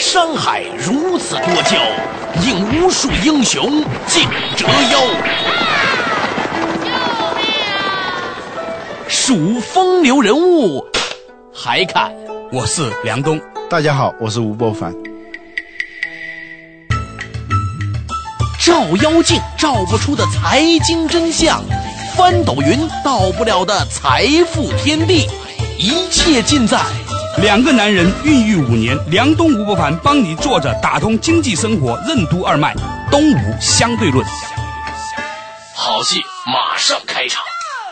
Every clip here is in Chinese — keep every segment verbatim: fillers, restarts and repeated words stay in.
山海如此多娇，引无数英雄竞折腰。数风流人物，还看我是梁东。 大家好，我是吴伯凡。 照妖镜照不出的财经真相，翻斗云到不了的财富天地，一切尽在两个男人孕育五年，梁东吴伯凡帮你做着打通经济生活任督二脉，东吴相对论。 好戏马上开场。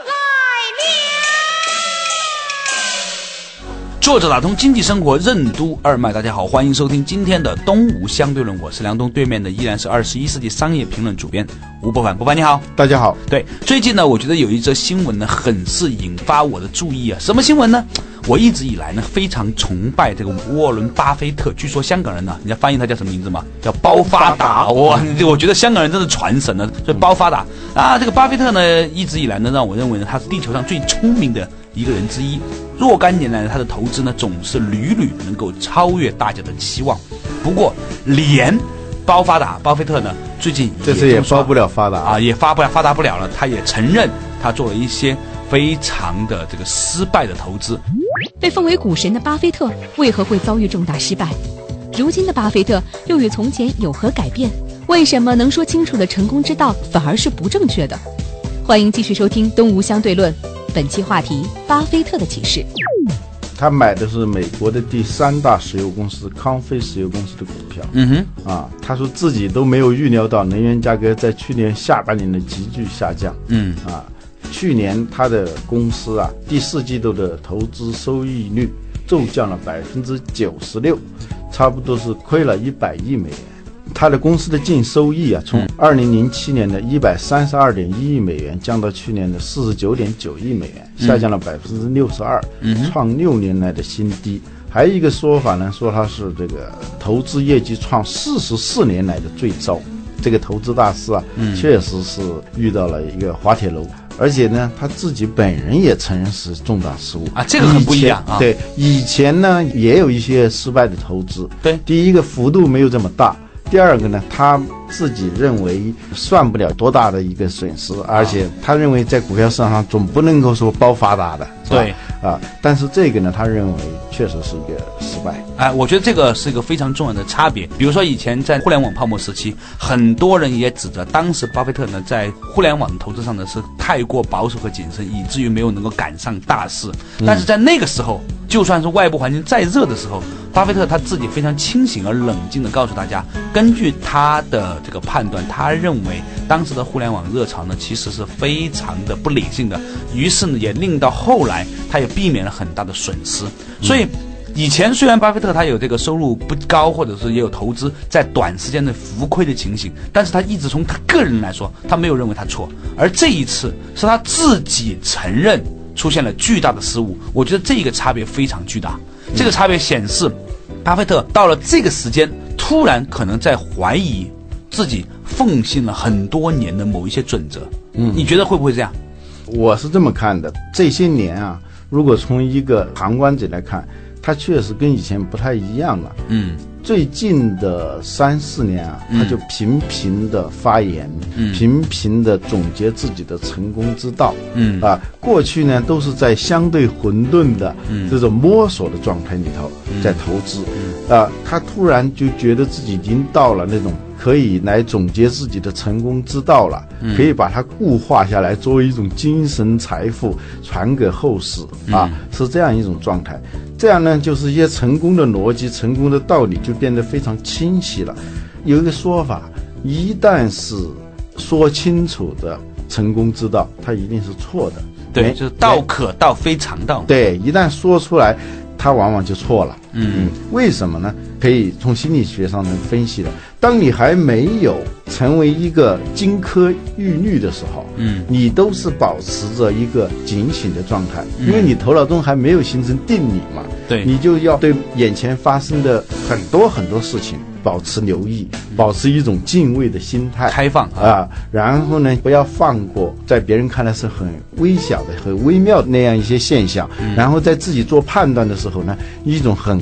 作者打通经济生活任督二脉，大家好，欢迎收听今天的东吴相对论，我是梁东，对面的依然是二十一世纪商业评论主编吴伯凡。伯凡你好。 大家好。 对，最近呢，我觉得有一则新闻呢，很是引发我的注意啊。什么新闻呢？我一直以来呢，非常崇拜这个沃伦巴菲特。据说香港人呢，你要翻译他叫什么名字吗？叫包发达。哇，我觉得香港人真是传神了。所以包发达啊，这个巴菲特呢，一直以来呢，让我认为呢，他是地球上最聪明的一个人之一。若干年来他的投资呢，总是屡屡能够超越大家的期望。不过，连包发达巴菲特呢，最近这次也包不了发达啊，也发不了发达不了了。他也承认他做了一些非常的这个失败的投资。 被奉为股神的巴菲特为何会遭遇重大失败？如今的巴菲特又与从前有何改变？为什么能说清楚的成功之道反而是不正确的？欢迎继续收听东吴相对论，本期话题：巴菲特的启示。 他买的是美国的第三大石油公司康菲石油公司的股票。 嗯哼， 啊，他说自己都没有预料到能源价格在去年下半年的急剧下降。 嗯， 啊，去年他的公司啊，第四季度的投资收益率骤降了百分之九十六，差不多是亏了一百亿美元。他的公司的净收益啊，从二零零七年的一百三十二点一亿美元降到去年的四十九点九亿美元，下降了百分之六十二，创六年来的新低。还有一个说法呢，说他是这个投资业绩创四十四年来的最糟。这个投资大师啊，嗯、确实是遇到了一个滑铁卢，而且呢，他自己本人也承认是重大失误啊，这个很不一样啊。 对，以前呢也有一些失败的投资， 对， 第一个幅度没有这么大。第二个呢，他自己认为算不了多大的一个损失，而且他认为在股票市场上总不能够说包发达的， 对啊。但是这个呢，他认为确实是一个失败。 哎，我觉得这个是一个非常重要的差别。比如说以前在互联网泡沫时期，很多人也指责当时巴菲特呢在互联网投资上呢是太过保守和谨慎，以至于没有能够赶上大势。但是在那个时候，就算是外部环境再热的时候，巴菲特他自己非常清醒而冷静地告诉大家，根据他的这个判断，他认为当时的互联网热潮呢其实是非常的不理性的，于是呢也令到后来他也避免了很大的损失。所以以前虽然巴菲特他有这个收入不高，或者是也有投资在短时间内浮亏的情形，但是他一直从他个人来说，他没有认为他错。而这一次是他自己承认出现了巨大的失误，我觉得这个差别非常巨大。这个差别显示巴菲特到了这个时间突然可能在怀疑自己奉行了很多年的某一些准则。嗯，你觉得会不会这样？ 我是这么看的，这些年啊，如果从一个旁观者来看，他确实跟以前不太一样了。嗯，最近的三四年啊，他就频频的发言，嗯、频频的总结自己的成功之道。嗯啊，过去呢都是在相对混沌的这种摸索的状态里头在投资。嗯、啊，他突然就觉得自己已经到了那种可以来总结自己的成功之道了，嗯、可以把它固化下来，作为一种精神财富传给后世啊，嗯、是这样一种状态。这样呢，就是一些成功的逻辑、成功的道理就变得非常清晰了。有一个说法，一旦是说清楚的成功之道，它一定是错的。 对，就是道可道非常道。 对，一旦说出来，它往往就错了。嗯, 嗯，为什么呢？可以从心理学上能分析的。当你还没有成为一个金科玉律的时候，嗯，你都是保持着一个警醒的状态，嗯、因为你头脑中还没有形成定理嘛。 对， 你就要对眼前发生的很多很多事情保持留意，保持一种敬畏的心态， 开放啊。然后呢，不要放过在别人看来是很微小的、很微妙的那样一些现象。嗯、然后在自己做判断的时候呢，一种很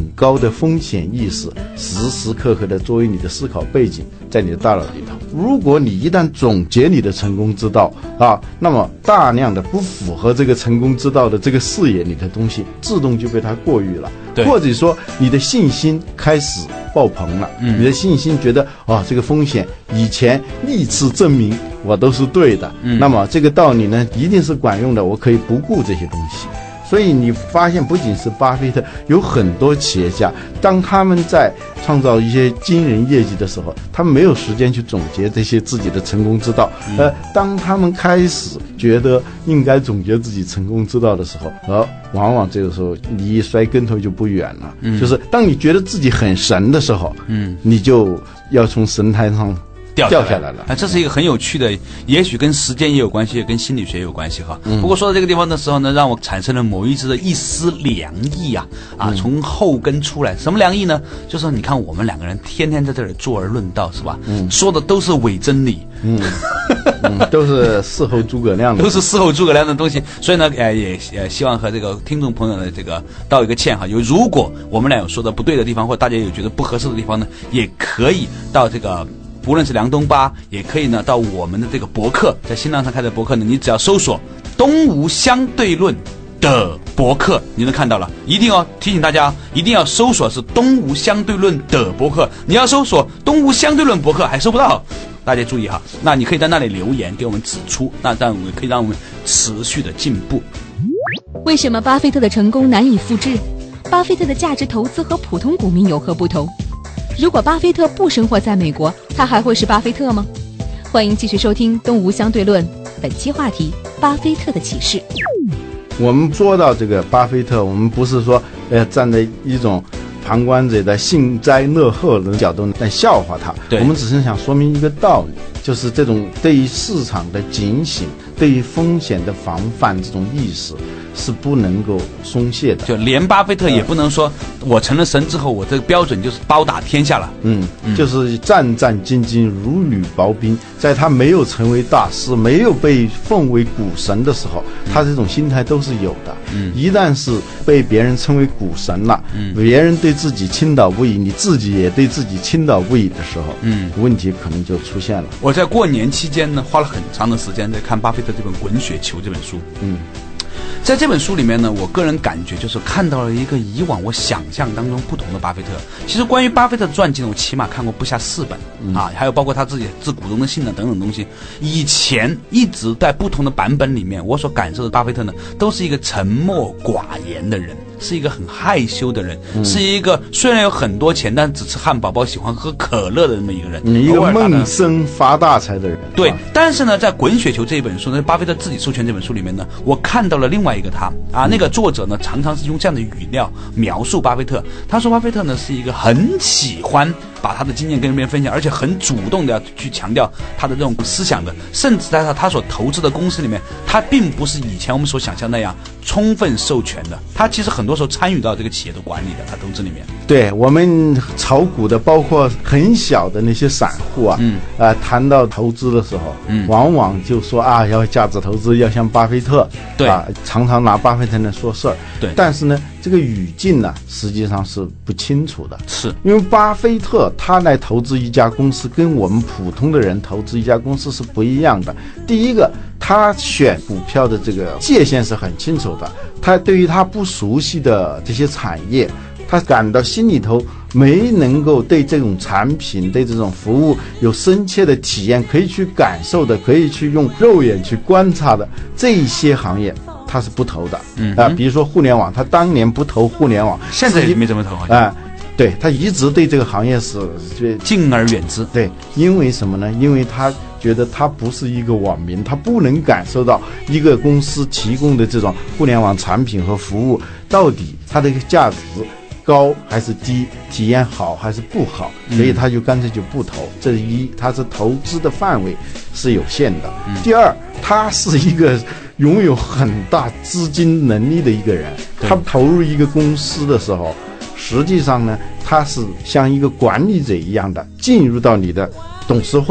高的风险意识，时时刻刻的作为你的思考背景在你的大脑里头。如果你一旦总结你的成功之道啊，那么大量的不符合这个成功之道的这个视野里的东西自动就被它过滤了，或者说你的信心开始爆棚了、嗯、你的信心觉得啊、哦，这个风险以前历次证明我都是对的、嗯、那么这个道理呢一定是管用的，我可以不顾这些东西。所以你发现不仅是巴菲特，有很多企业家当他们在创造一些惊人业绩的时候，他们没有时间去总结这些自己的成功之道、嗯、呃，当他们开始觉得应该总结自己成功之道的时候，而往往这个时候你一摔跟头就不远了、嗯、就是当你觉得自己很神的时候，嗯，你就要从神台上掉下来了啊，这是一个很有趣的，也许跟时间也有关系，也跟心理学也有关系哈。嗯、不过说到这个地方的时候呢，让我产生了某一丝的一丝凉意啊啊，从后根出来。什么凉意呢？就是你看我们两个人天天在这里坐而论道，是吧？嗯，说的都是伪真理， 嗯，嗯都是事后诸葛亮的， 都是事后诸葛亮的东西。所以呢，呃，也呃希望和这个听众朋友的这个道一个歉哈。有如果我们俩有说的不对的地方，或大家有觉得不合适的地方呢，也可以到这个。无论是梁东巴，也可以呢到我们的这个博客，在新浪上开的博客呢，你只要搜索东吴相对论的博客，你能看到了。一定要提醒大家，一定要搜索是东吴相对论的博客。你要搜索东吴相对论博客还搜不到，大家注意哈。那你可以在那里留言给我们指出，那这样我可以让我们持续的进步。 为什么巴菲特的成功难以复制？巴菲特的价值投资和普通股民有何不同？如果巴菲特不生活在美国，他还会是巴菲特吗？欢迎继续收听东吴相对论，本期话题：巴菲特的启示。 我们说到这个巴菲特，我们不是说呃站在一种旁观者的幸灾乐祸的角度来笑话他，我们只是想说明一个道理，就是这种对于市场的警醒，对于风险的防范这种意识是不能够松懈的。 就连巴菲特也不能说、嗯、我成了神之后我这个标准就是包打天下了， 嗯，嗯就是战战兢兢如履薄冰。在他没有成为大师，没有被奉为股神的时候、嗯、他这种心态都是有的、嗯、一旦是被别人称为股神了、嗯、别人对自己倾倒不已，你自己也对自己倾倒不已的时候，嗯，问题可能就出现了。 我在过年期间呢花了很长的时间在看巴菲特这本《滚雪球》这本书，嗯，在这本书里面呢，我个人感觉就是看到了一个以往我想象当中不同的巴菲特。其实关于巴菲特传记呢，我起码看过不下四本、嗯、啊，还有包括他自己致股东的信啊等等东西。以前一直在不同的版本里面，我所感受的巴菲特呢，都是一个沉默寡言的人，是一个很害羞的人、嗯、是一个虽然有很多钱但只吃汉堡包喜欢喝可乐的那么一个人， 你一个梦生发大财的人。 对，但是呢在《滚雪球》这一本书呢，巴菲特自己授权这本书里面呢，我看到了另外一个他啊，那个作者呢常常是用这样的语料描述巴菲特。他说巴菲特呢是一个很喜欢把他的经验跟别人分享，而且很主动的要去强调他的这种思想的，甚至在他他所投资的公司里面，他并不是以前我们所想象那样充分授权的，他其实很多时候参与到这个企业的管理的，他投资里面。 对，我们炒股的包括很小的那些散户啊，嗯，呃，谈到投资的时候，嗯，往往就说啊，要价值投资，要像巴菲特， 对啊，常常拿巴菲特来说事儿， 对， 但是呢，这个语境呢，实际上是不清楚的， 是因为巴菲特他来投资一家公司，跟我们普通的人投资一家公司是不一样的。第一个，他选股票的这个界限是很清楚的，他对于他不熟悉的这些产业，他感到心里头没能够对这种产品对这种服务有深切的体验，可以去感受的，可以去用肉眼去观察的这一些行业他是不投的。嗯啊、呃，比如说互联网，他当年不投互联网， 现在也没怎么投啊。 啊、呃，对，他一直对这个行业是敬而远之。 对，因为什么呢？因为他觉得他不是一个网民，他不能感受到一个公司提供的这种互联网产品和服务到底它的价值高还是低，体验好还是不好，所以他就干脆就不投。嗯、这一，他是投资的范围是有限的。嗯、第二，他是一个拥有很大资金能力的一个人，他投入一个公司的时候，实际上呢，他是像一个管理者一样的进入到你的董事会，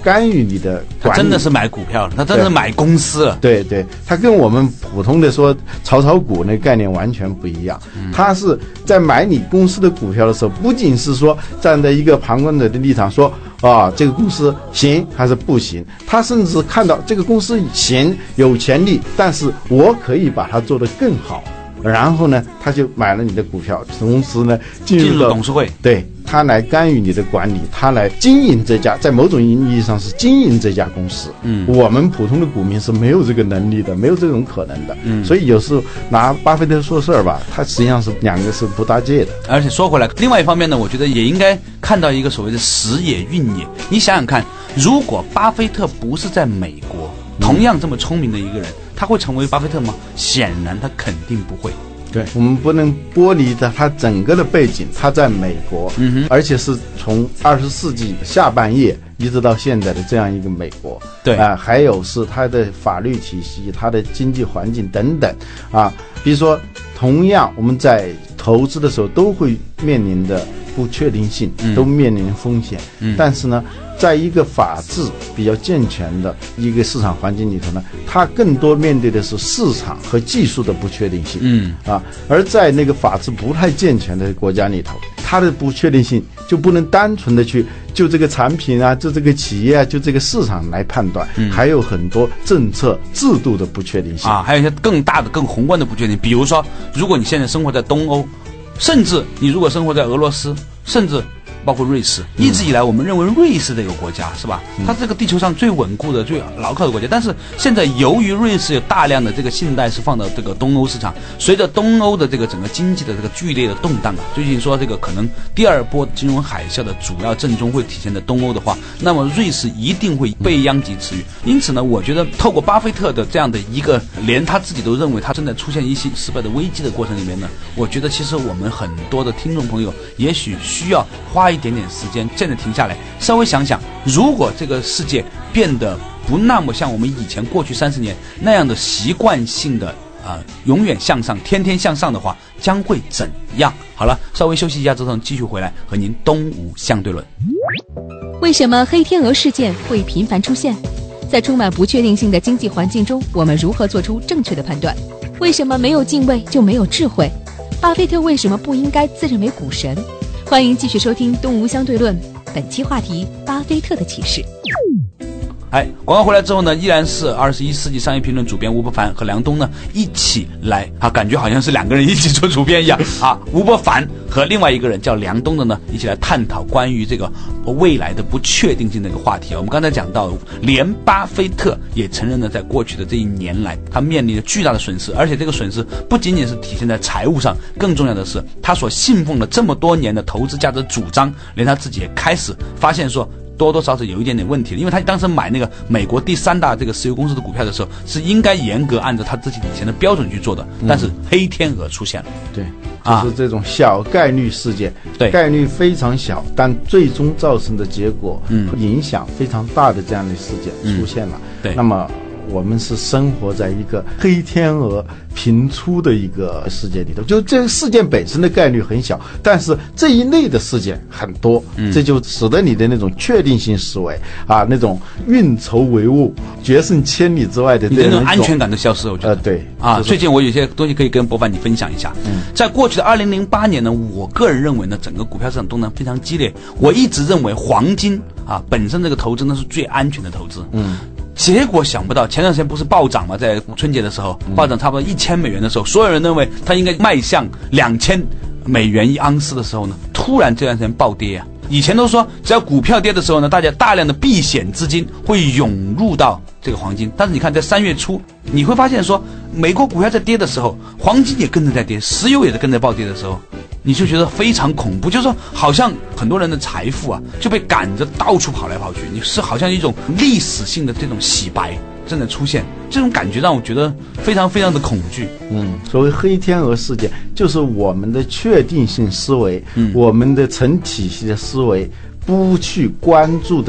干预你的管理。 他真的是买股票了，他真的是买公司了。 对对，他跟我们普通的说炒炒股那概念完全不一样。嗯、他是在买你公司的股票的时候，不仅是说站在一个旁观者的立场说啊这个公司行还是不行，他甚至看到这个公司行有潜力，但是我可以把它做得更好。然后呢，他就买了你的股票，同时呢进入到董事会， 对他来干预你的管理，他来经营这家，在某种意义上是经营这家公司。嗯，我们普通的股民是没有这个能力的，没有这种可能的。嗯，所以有时候拿巴菲特说事儿吧，他实际上是两个是不搭界的。 而且说回来，另外一方面呢，我觉得也应该看到一个所谓的时也运也。你想想看，如果巴菲特不是在美国，同样这么聪明的一个人，他会成为巴菲特吗？显然他肯定不会。 对，我们不能剥离的他整个的背景，他在美国，嗯哼，而且是从二十世纪下半叶一直到现在的这样一个美国， 对啊、呃，还有是他的法律体系、他的经济环境等等啊，比如说，同样我们在投资的时候都会面临的不确定性，嗯、都面临风险，嗯，但是呢，在一个法治比较健全的一个市场环境里头呢，它更多面对的是市场和技术的不确定性。嗯啊，而在那个法治不太健全的国家里头，它的不确定性就不能单纯的去就这个产品啊，就这个企业啊，就这个市场来判断，嗯、还有很多政策制度的不确定性啊，还有一些更大的、更宏观的不确定。比如说，如果你现在生活在东欧，甚至你如果生活在俄罗斯，甚至包括瑞士，一直以来我们认为瑞士这个国家是吧，它这个地球上最稳固的最牢靠的国家，但是现在由于瑞士有大量的这个信贷是放到这个东欧市场，随着东欧的这个整个经济的这个剧烈的动荡啊，最近说这个可能第二波金融海啸的主要震中会体现在东欧的话，那么瑞士一定会被殃及池鱼。因此呢，我觉得透过巴菲特的这样的一个连他自己都认为他正在出现一些失败的危机的过程里面呢，我觉得其实我们很多的听众朋友也许需要花一点点时间，现在停下来稍微想想，如果这个世界变得不那么像我们以前过去三十年那样的习惯性的啊、呃，永远向上天天向上的话，将会怎样？好了，稍微休息一下之后继续回来和您东吴相对论。 为什么黑天鹅事件会频繁出现？在充满不确定性的经济环境中，我们如何做出正确的判断？为什么没有敬畏就没有智慧？巴菲特为什么不应该自认为股神？欢迎继续收听东吴相对论，本期话题：巴菲特的启示。 哎，广告回来之后呢，依然是二十一世纪商业评论主编吴伯凡和梁东呢一起来啊，感觉好像是两个人一起做主编一样啊。吴伯凡和另外一个人叫梁东的呢，一起来探讨关于这个未来的不确定性的一个话题。我们刚才讲到，连巴菲特也承认了，在过去的这一年来，他面临着巨大的损失，而且这个损失不仅仅是体现在财务上，更重要的是他所信奉了这么多年的投资价值主张，连他自己也开始发现说，多多少少有一点点问题了，因为他当时买那个美国第三大这个石油公司的股票的时候，是应该严格按照他自己以前的标准去做的，但是黑天鹅出现了。 对，就是这种小概率事件， 对、啊， 概率非常小，但最终造成的结果，嗯，影响非常大的这样的事件出现了。嗯、对，那么我们是生活在一个黑天鹅频出的一个世界里头，就这个事件本身的概率很小，但是这一类的事件很多，嗯、这就使得你的那种确定性思维啊，那种运筹帷幄、决胜千里之外的这种安全感都消失了。我觉得， 呃，对啊，就是、最近我有些东西可以跟博凡你分享一下。嗯，在过去的二零零八年呢，我个人认为呢，整个股票市场动荡非常激烈。我一直认为黄金啊本身这个投资呢是最安全的投资。嗯。结果想不到前段时间不是暴涨吗？在春节的时候暴涨差不多一千美元的时候，所有人认为它应该迈向两千美元一盎司的时候呢，突然这段时间暴跌啊！以前都说只要股票跌的时候呢，大家大量的避险资金会涌入到这个黄金，但是你看在三月初，你会发现说美国股票在跌的时候，黄金也跟着在跌，石油也是跟着暴跌的时候，你就觉得非常恐怖，就是说好像很多人的财富啊就被赶着到处跑来跑去，你是好像一种历史性的这种洗白正在出现，这种感觉让我觉得非常非常的恐惧。 嗯，所谓黑天鹅事件，就是我们的确定性思维，嗯，我们的成体系的思维不去关注的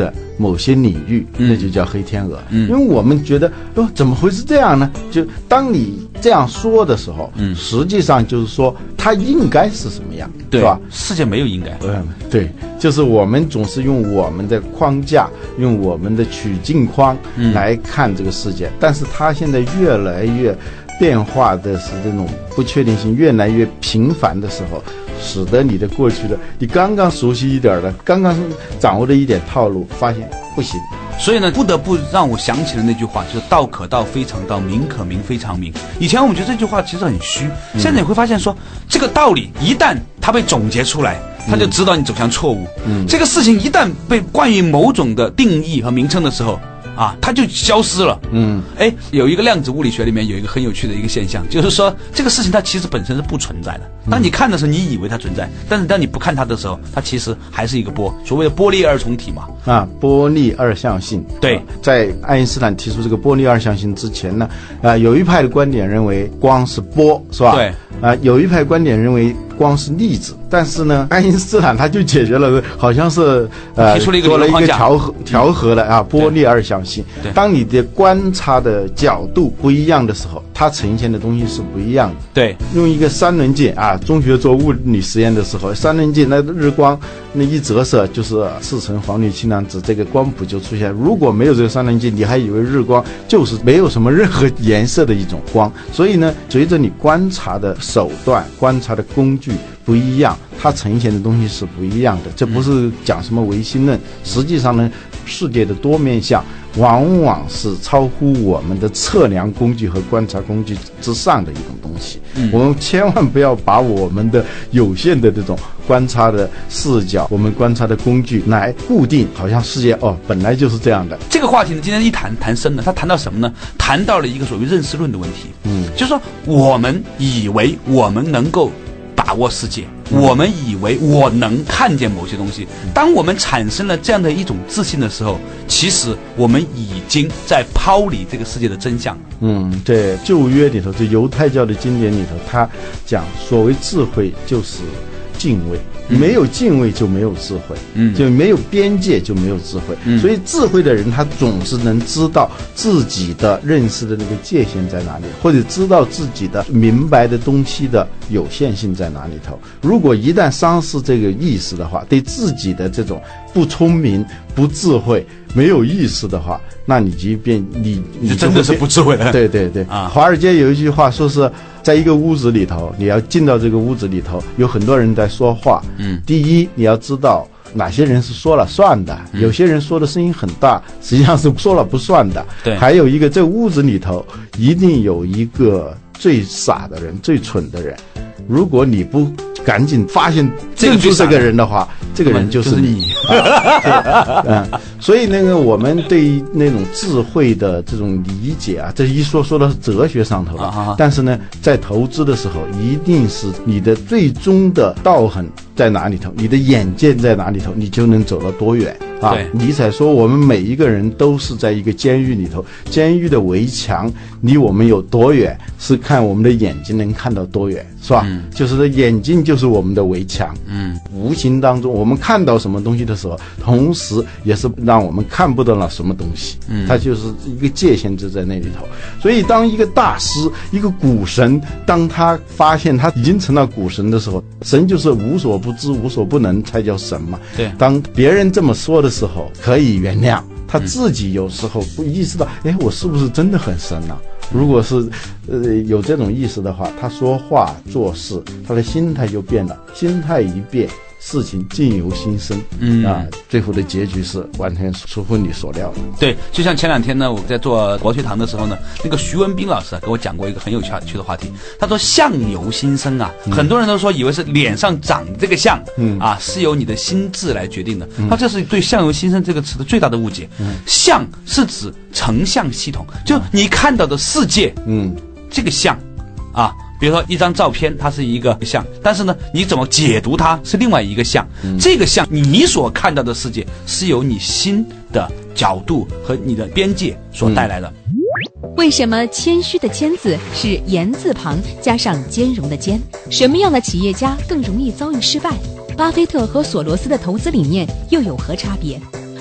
某些领域， 嗯、 那就叫黑天鹅。 嗯， 因为我们觉得哟，怎么会是这样呢？就当你这样说的时候， 嗯， 实际上就是说它应该是什么样， 对是吧？ 世界没有应该。 嗯，对，就是我们总是用我们的框架，用我们的取境框来看这个世界，嗯、但是它现在越来越变化的是这种不确定性越来越频繁的时候，使得你的过去的你刚刚熟悉一点的刚刚掌握的一点套路发现不行， 所以呢不得不让我想起了那句话，就是道可道非常道，名可名非常名。以前我们觉得这句话其实很虚，现在你会发现说、嗯、这个道理一旦它被总结出来，他就知道你走向错误、嗯、这个事情一旦被冠于某种的定义和名称的时候啊，它就消失了。嗯，哎，有一个量子物理学里面有一个很有趣的一个现象，就是说这个事情它其实本身是不存在的。当你看的时候，你以为它存在，但是当你不看它的时候，它其实还是一个波，所谓的波粒二重体嘛。 啊，波粒二象性。 对， 在爱因斯坦提出这个波粒二象性之前呢，啊，有一派的观点认为光是波，是吧？ 对。 啊，有一派观点认为光是粒子，但是呢，爱因斯坦他就解决了，好像是呃提出了一个多了一个调和调和了啊，波粒二象性。 对， 当你的观察的角度不一样的时候，它呈现的东西是不一样的。 对， 用一个三棱镜啊，中学做物理实验的时候，三棱镜那日光那一折射就是四层黄绿氢亮子，这个光谱就出现。如果没有这个三棱镜，你还以为日光就是没有什么任何颜色的一种光。所以呢，随着你观察的手段、观察的工具不一样，它呈现的东西是不一样的。这不是讲什么唯心论，实际上呢，世界的多面相往往是超乎我们的测量工具和观察工具之上的一种东西。嗯，我们千万不要把我们的有限的这种观察的视角，我们观察的工具来固定，好像世界哦本来就是这样的。 这个话题呢，今天一谈谈深了，他谈到什么呢？谈到了一个所谓认识论的问题。嗯，就是说我们以为我们能够把握世界，我们以为我能看见某些东西。当我们产生了这样的一种自信的时候，其实我们已经在抛离这个世界的真相了。 嗯，在旧约里头，这犹太教的经典里头，他讲所谓智慧就是敬畏，没有敬畏就没有智慧，嗯，就没有边界就没有智慧。嗯，所以智慧的人他总是能知道自己的认识的那个界限在哪里，或者知道自己的明白的东西的有限性在哪里头。如果一旦丧失这个意识的话，对自己的这种不聪明、不智慧、没有意识的话，那你即便你你就真的是不智慧的。 对对对啊！ 华尔街有一句话说是，在一个屋子里头，你要进到这个屋子里头，有很多人在说话。嗯，第一你要知道哪些人是说了算的，有些人说的声音很大，实际上是说了不算的。 对， 还有一个，这屋子里头一定有一个最傻的人、最蠢的人。如果你不赶紧发现认出这个人的话，这个人就是你。啊、嗯，所以那个我们对于那种智慧的这种理解啊，这一说说的是哲学上头的，啊、但是呢，在投资的时候，一定是你的最终的道行在哪里头，你的眼界在哪里头，你就能走到多远。啊，尼采说我们每一个人都是在一个监狱里头，监狱的围墙离我们有多远，是看我们的眼睛能看到多远，是吧？嗯、就是说眼睛就是我们的围墙。嗯，无形当中我们看到什么东西的时候，同时也是让我们看不到了什么东西。嗯，它就是一个界限就在那里头。所以当一个大师、一个股神，当他发现他已经成了股神的时候，神就是无所不知、无所不能，才叫神嘛。 对， 当别人这么说的时候可以原谅，他自己有时候不意识到，哎，我是不是真的很深呢、啊？如果是呃有这种意识的话，他说话做事，他的心态就变了，心态一变，事情尽由心生。嗯啊，最后的结局是完全出乎你所料的。 对，就像前两天呢，我在做国学堂的时候呢，那个徐文斌老师啊给我讲过一个很有趣的话题。他说相由心生啊，嗯、很多人都说以为是脸上长这个相，嗯啊是由你的心智来决定的。他、嗯、这是对相由心生这个词的最大的误解。嗯，相是指成像系统，就你看到的世界，嗯，这个相啊。比如说一张照片，它是一个像，但是呢，你怎么解读它是另外一个像。嗯、这个像你所看到的世界是由你心的角度和你的边界所带来的。 嗯、为什么谦虚的谦字是言字旁加上兼容的兼？什么样的企业家更容易遭遇失败？巴菲特和索罗斯的投资理念又有何差别？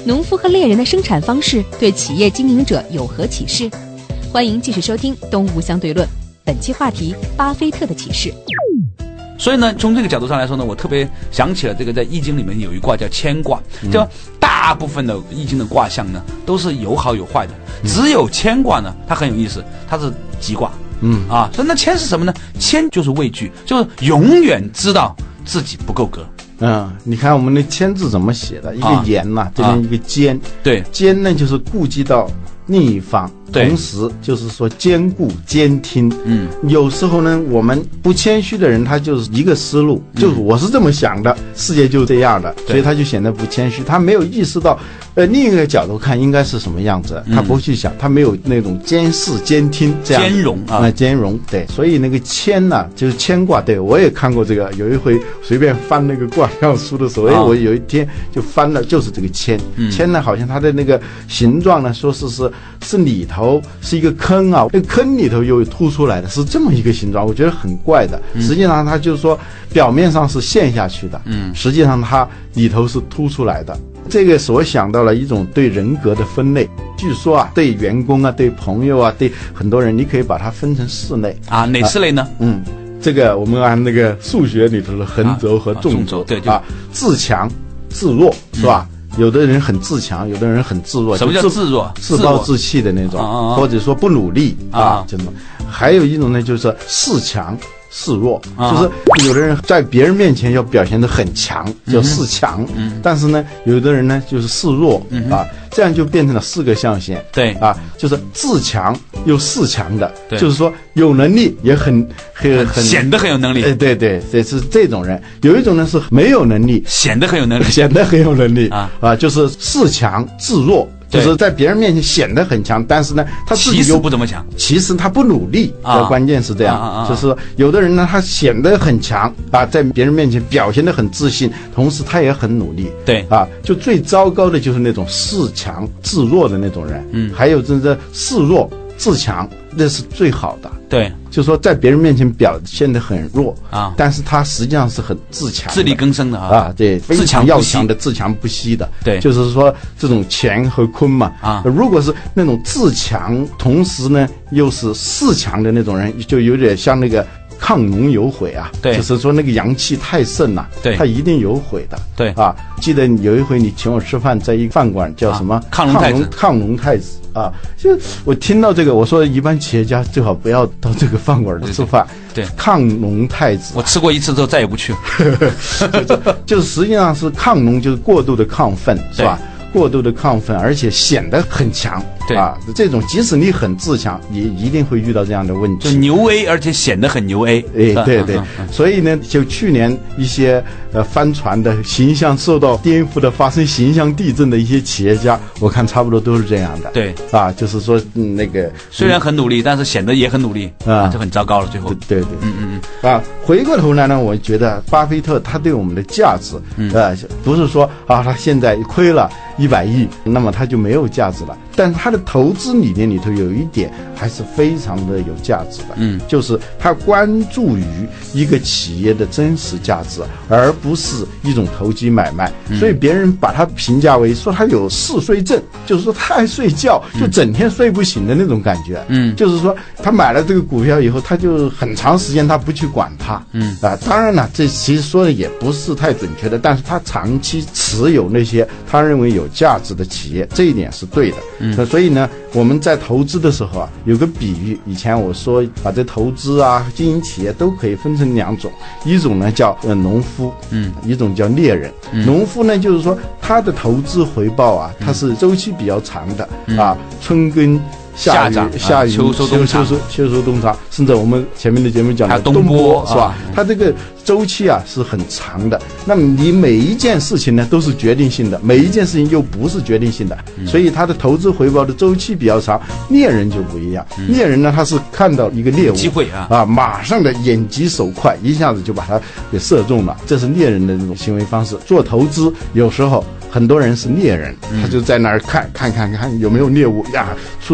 农夫和猎人的生产方式对企业经营者有何启示？欢迎继续收听《东吴相对论》，本期话题：巴菲特的启示。 所以呢，从这个角度上来说呢，我特别想起了这个在易经里面有一卦叫乾卦，就大部分的易经的卦象呢都是有好有坏的，只有乾卦呢它很有意思，它是吉卦。嗯啊，所以那谦是什么呢？谦就是畏惧，就是永远知道自己不够格。 嗯，你看我们的谦字怎么写的？一个言呐、啊，这边一个兼、啊。对，兼呢就是顾及到另一方，同时就是说兼顾兼听。嗯，有时候呢，我们不谦虚的人，他就是一个思路，嗯、就是我是这么想的，世界就是这样的，所以他就显得不谦虚，他没有意识到。呃，另一个角度看应该是什么样子，他不去想，他没有那种监视、监听这样兼容啊，呃、兼容对，所以那个谦呢、啊，就是谦卦，对我也看过这个，有一回随便翻那个卦象书的时候，哎、哦，我有一天就翻了，就是这个谦，谦、嗯、呢，好像它的那个形状呢，说是是是里头是一个坑啊，那个坑里头又凸出来的，是这么一个形状，我觉得很怪的。嗯、实际上它就是说表面上是陷下去的，嗯，实际上它里头是凸出来的。这个使我想到了一种对人格的分类，据说啊，对员工啊，对朋友啊，对很多人，你可以把它分成四类啊，哪四类呢？ 啊、嗯，这个我们按那个数学里头的横轴和纵轴，啊啊、对啊，自强自弱是吧？嗯、有的人很自强，有的人很自弱。 什么叫自弱？ 自暴自弃的那种，啊、或者说不努力啊，这种。还有一种呢，就是恃强示弱，就是有的人在别人面前要表现得很强，叫示强，嗯，但是呢，有的人呢就是示弱，嗯啊，这样就变成了四个象限， 对啊，就是自强又示强的，就是说有能力也很很很显得很有能力， 哎，对对，这是这种人。有一种呢是没有能力， 显得很有能力， 显得很有能力啊啊，就是示强自弱。就是在别人面前显得很强，但是呢，他自己又不怎么强。 其实他不努力，啊，关键是这样，啊啊啊、就是有的人呢，他显得很强啊，在别人面前表现得很自信，同时他也很努力。 对啊，就最糟糕的就是那种恃强自弱的那种人。嗯，还有真的示弱自强，那是最好的。 对， 就是说在别人面前表现得很弱啊，但是他实际上是很自强、 自力更生的啊， 啊对，非常要强的、自强不息的。 对， 就是说这种乾和坤嘛啊，如果是那种自强，同时呢又是恃强的那种人，就有点像那个亢龙有悔啊，对，就是说那个阳气太盛了，对，他一定有悔的。 对啊，记得有一回你请我吃饭，在一个饭馆叫什么？ 啊、亢龙太子。 亢龙太子。啊，就我听到这个，我说一般企业家最好不要到这个饭馆吃饭。 对， 亢龙太子， 我吃过一次之后再也不去。 就, 就是实际上是亢龙，就是过度的亢奋，是吧？过度的亢奋，而且显得很强。对啊，这种即使你很自强，也一定会遇到这样的问题。 就牛 A， 而且显得很牛 A。 哎，对对，所以呢，就去年一些呃帆船的形象受到颠覆的、发生形象地震的一些企业家，我看差不多都是这样的。 对啊，就是说、嗯、那个虽然很努力，但是显得也很努力啊，就很糟糕了。最后， 对 对, 对，嗯嗯嗯啊，回过头来呢，我觉得巴菲特他对我们的价值，嗯、呃，不是说啊，他现在亏了一百亿，那么他就没有价值了。但是他的投资理念里头有一点还是非常的有价值的，嗯，就是他关注于一个企业的真实价值，而不是一种投机买卖。嗯、所以别人把他评价为说他有嗜睡症，就是说他爱睡觉，就整天睡不醒的那种感觉。嗯，就是说他买了这个股票以后，他就很长时间他不去管它。嗯啊，当然了，这其实说的也不是太准确的，但是他长期持有那些他认为有价值的企业，这一点是对的。嗯，所以呢，我们在投资的时候啊，有个比喻，以前我说把这投资啊、经营企业都可以分成两种，一种呢叫呃农夫，嗯，一种叫猎人。嗯、农夫呢，就是说他的投资回报啊，它是周期比较长的、嗯、啊，春耕。夏雨夏雨、啊、秋收冬藏，秋收秋收冬藏，甚至我们前面的节目讲的东播是吧？啊、它这个周期啊是很长的。那么你每一件事情呢都是决定性的，每一件事情又不是决定性的，嗯、所以它的投资回报的周期比较长。猎人就不一样，嗯、猎人呢他是看到一个猎物机会啊啊，马上的眼疾手快，一下子就把它给射中了，这是猎人的这种行为方式。做投资有时候很多人是猎人，他就在那儿看看看看有没有猎物呀，出手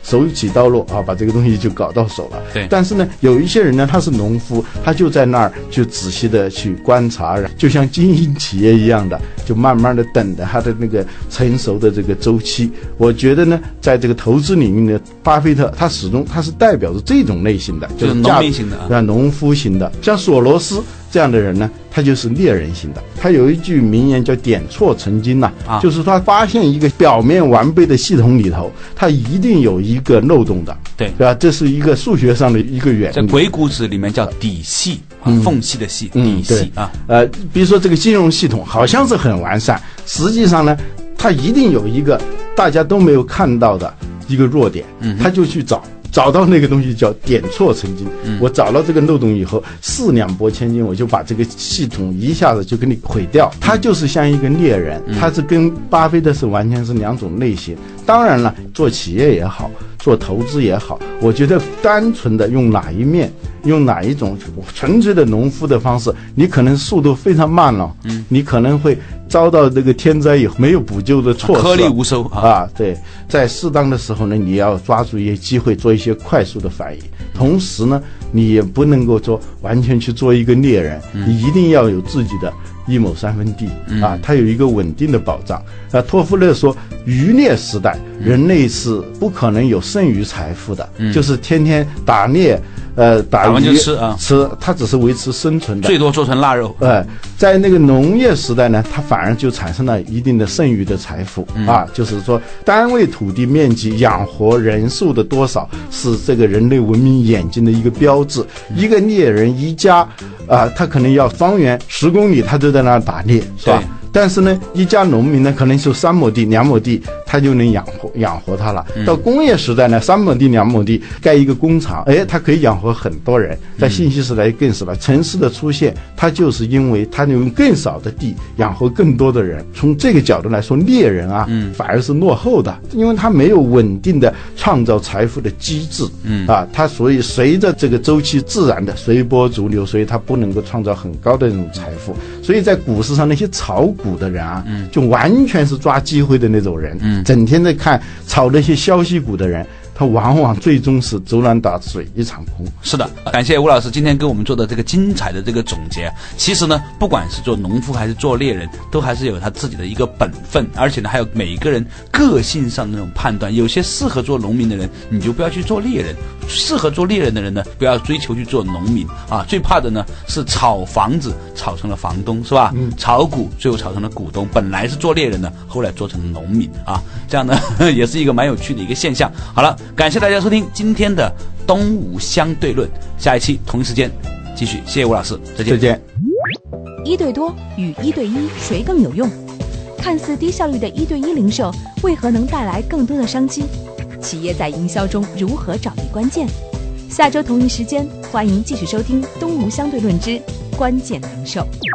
手起刀落啊，把这个东西就搞到手了。 对。 但是呢，有一些人呢，他是农夫，他就在那儿就仔细的去观察，就像经营企业一样的，就慢慢的等着他的那个成熟的这个周期。我觉得呢，在这个投资领域呢，巴菲特他始终他是代表着这种类型的， 就是农民型的啊， 农夫型的。像索罗斯这样的人呢，他就是猎人型的。他有一句名言叫点错成金呐、啊，就是他发现一个表面完备的系统里头，他一定有一个漏洞的， 对， 对吧？这是一个数学上的一个原理， 在鬼谷子里面叫底细，嗯、缝隙的隙， 嗯、 底细啊。 呃，比如说这个金融系统好像是很完善，实际上呢，它一定有一个大家都没有看到的一个弱点，嗯，他就去找。找到那个东西叫点错成金、嗯、我找到这个漏洞以后，四两拨千斤，我就把这个系统一下子就给你毁掉。他就是像一个猎人，他是跟巴菲特是完全是两种类型。当然了，做企业也好，做投资也好，我觉得单纯的用哪一面，用哪一种纯粹的农夫的方式，你可能速度非常慢了，嗯，你可能会遭到这个天灾以后没有补救的措施， 颗粒无收 啊, 啊。对，在适当的时候呢，你要抓住一些机会，做一些快速的反应。同时呢，你也不能够说完全去做一个猎人，嗯、你一定要有自己的一亩三分地、嗯、啊，它有一个稳定的保障。啊，托夫勒说，渔猎时代人类是不可能有剩余财富的，嗯、就是天天打猎。呃，打完就吃啊， 吃它只是维持生存的， 最多做成腊肉。 呃，在那个农业时代呢，它反而就产生了一定的剩余的财富、嗯、啊，就是说单位土地面积养活人数的多少是这个人类文明演进的一个标志。嗯、一个猎人一家啊，他可能要方圆十公里，他都在那儿打猎，是吧？但是呢，一家农民呢，可能就三亩地、两亩地，他就能养活养活他了。嗯、到工业时代呢，三亩地、两亩地盖一个工厂，哎，他可以养活很多人。在信息时代更是了，城市的出现，它就是因为它用更少的地养活更多的人。从这个角度来说，猎人啊，嗯、反而是落后的，因为他没有稳定的创造财富的机制，嗯啊，他所以随着这个周期自然的随波逐流，所以他不能够创造很高的这种财富。所以在股市上那些炒股的人啊，嗯，就完全是抓机会的那种人，嗯，整天在看炒那些消息股的人，他往往最终是竹篮打水一场空。 是的，感谢吴老师今天给我们做的这个精彩的这个总结。其实呢，不管是做农夫还是做猎人，都还是有他自己的一个本分，而且呢，还有每一个人个性上的那种判断。有些适合做农民的人，你就不要去做猎人；适合做猎人的人呢，不要追求去做农民啊。最怕的呢是炒房子炒成了房东，是吧？嗯，炒股最后炒成了股东，本来是做猎人的，后来做成了农民啊，这样呢也是一个蛮有趣的一个现象。好了。感谢大家收听今天的东吴相对论，下一期同一时间继续。谢谢吴老师，再见。 再见。 一对多与一对一谁更有用？看似低效率的一对一零售，为何能带来更多的商机？企业在营销中如何找对关键？下周同一时间，欢迎继续收听东吴相对论之关键零售。